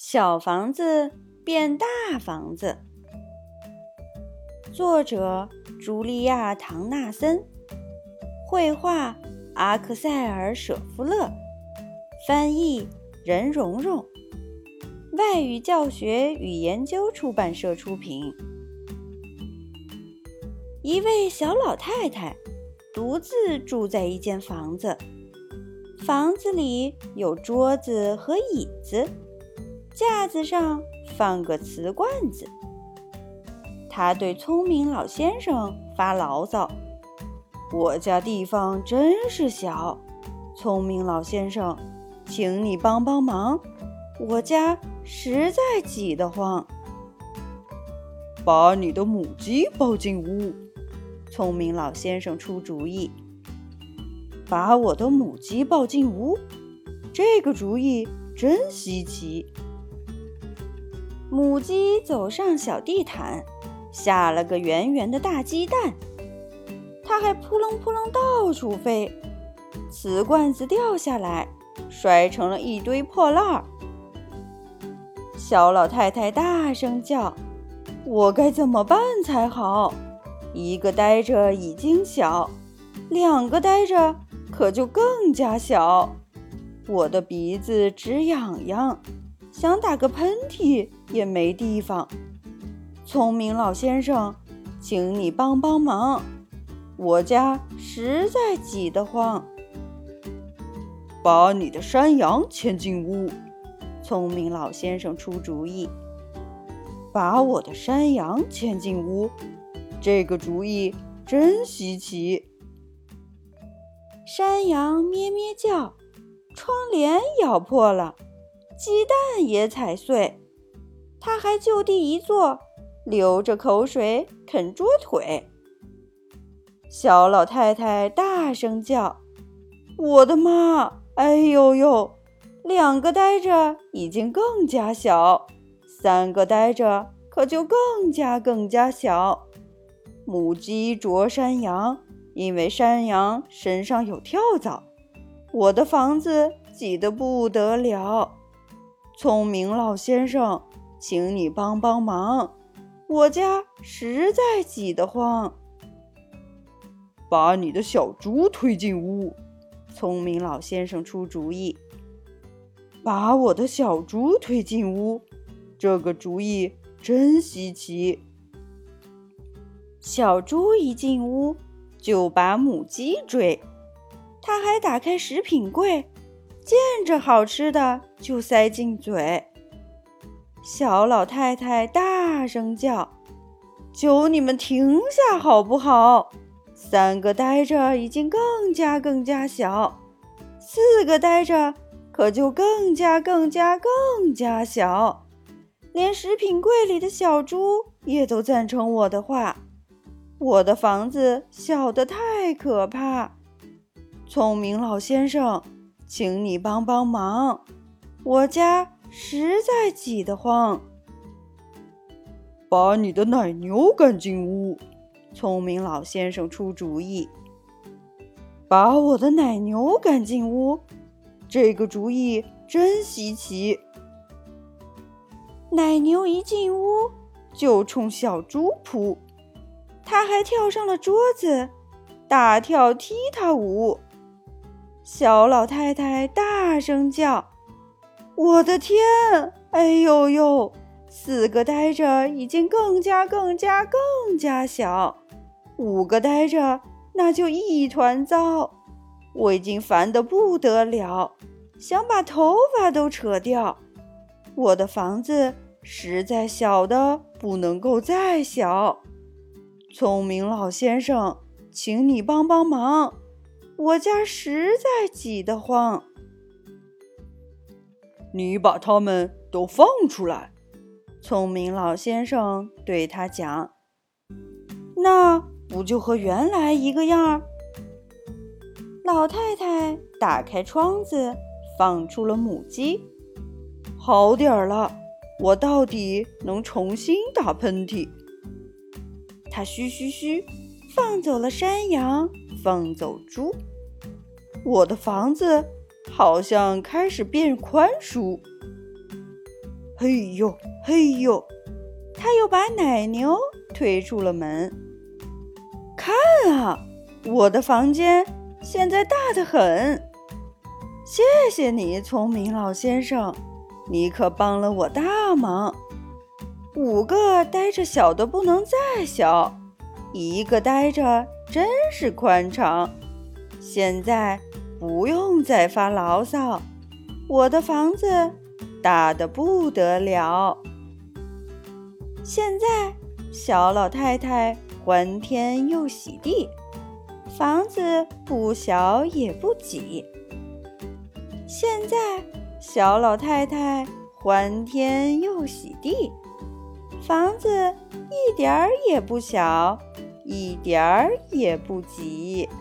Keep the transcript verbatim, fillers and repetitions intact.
小房子变大房子。作者茱莉亚·唐纳森，绘画阿克塞尔·舍夫勒，翻译任蓉蓉，外语教学与研究出版社出品。一位小老太太独自住在一间房子，房子里有桌子和椅子，架子上放个瓷罐子。他对聪明老先生发牢骚：我家地方真是小，聪明老先生，请你帮帮忙，我家实在挤得慌。 把你的母鸡抱进屋，聪明老先生出主意。 把我的母鸡抱进屋，这个主意真稀奇。母鸡走上小地毯，下了个圆圆的大鸡蛋，它还扑棱扑棱到处飞，瓷罐子掉下来，摔成了一堆破烂儿。小老太太大声叫：我该怎么办才好？一个呆着已经小，两个呆着可就更加小。我的鼻子直痒痒，想打个喷嚏也没地方。聪明老先生，请你帮帮忙，我家实在挤得慌。 把你的山羊牵进屋， 聪明老先生出主意。把我的山羊牵进屋，这个主意真稀奇。山羊咩咩叫，窗帘咬破了，鸡蛋也踩碎，它还就地一坐，流着口水啃桌腿。小老太太大声叫：我的妈！哎呦呦！两个呆着已经更加小，三个呆着可就更加更加小。母鸡啄山羊，因为山羊身上有跳蚤，我的房子挤得不得了。聪明老先生，请你帮帮忙，我家实在挤得慌。 把你的小猪推进屋， 聪明老先生出主意。把我的小猪推进屋，这个主意真稀奇。小猪一进屋就把母鸡追，它还打开食品柜，见着好吃的就塞进嘴。小老太太大声叫：求你们停下好不好？三个呆着已经更加更加小，四个呆着可就更加更加更加小，连食品柜里的小猪也都赞成我的话。我的房子小得太可怕，聪明老先生，请你帮帮忙，我家实在挤得慌。 把你的奶牛赶进屋， 聪明老先生出主意。把我的奶牛赶进屋，这个主意真稀奇。奶牛一进屋就冲小猪扑，它还跳上了桌子，大跳踢踏舞。小老太太大声叫：我的天！哎呦呦！四个呆着已经更加更加更加小，五个呆着那就一团糟。我已经烦得不得了，想把头发都扯掉。我的房子实在小得不能够再小。聪明老先生，请你帮帮忙，我家实在挤得慌。 你把它们都放出来， 聪明老先生对他讲。那不就和原来一个样？老太太打开窗子，放出了母鸡。好点儿了，我到底能重新打喷嚏。她嘘嘘嘘，放走了山羊，放走猪。我的房子好像开始变宽舒。 嘿呦嘿呦， 他又把奶牛推出了门。看啊，我的房间现在大得很。谢谢你，聪明老先生，你可帮了我大忙。五个呆着小的不能再小，一个呆着真是宽敞。现在不用再发牢骚，我的房子大得不得了。现在小老太太欢天又喜地，房子不小也不挤。现在小老太太欢天又喜地，房子一点儿也不小，一点儿也不挤。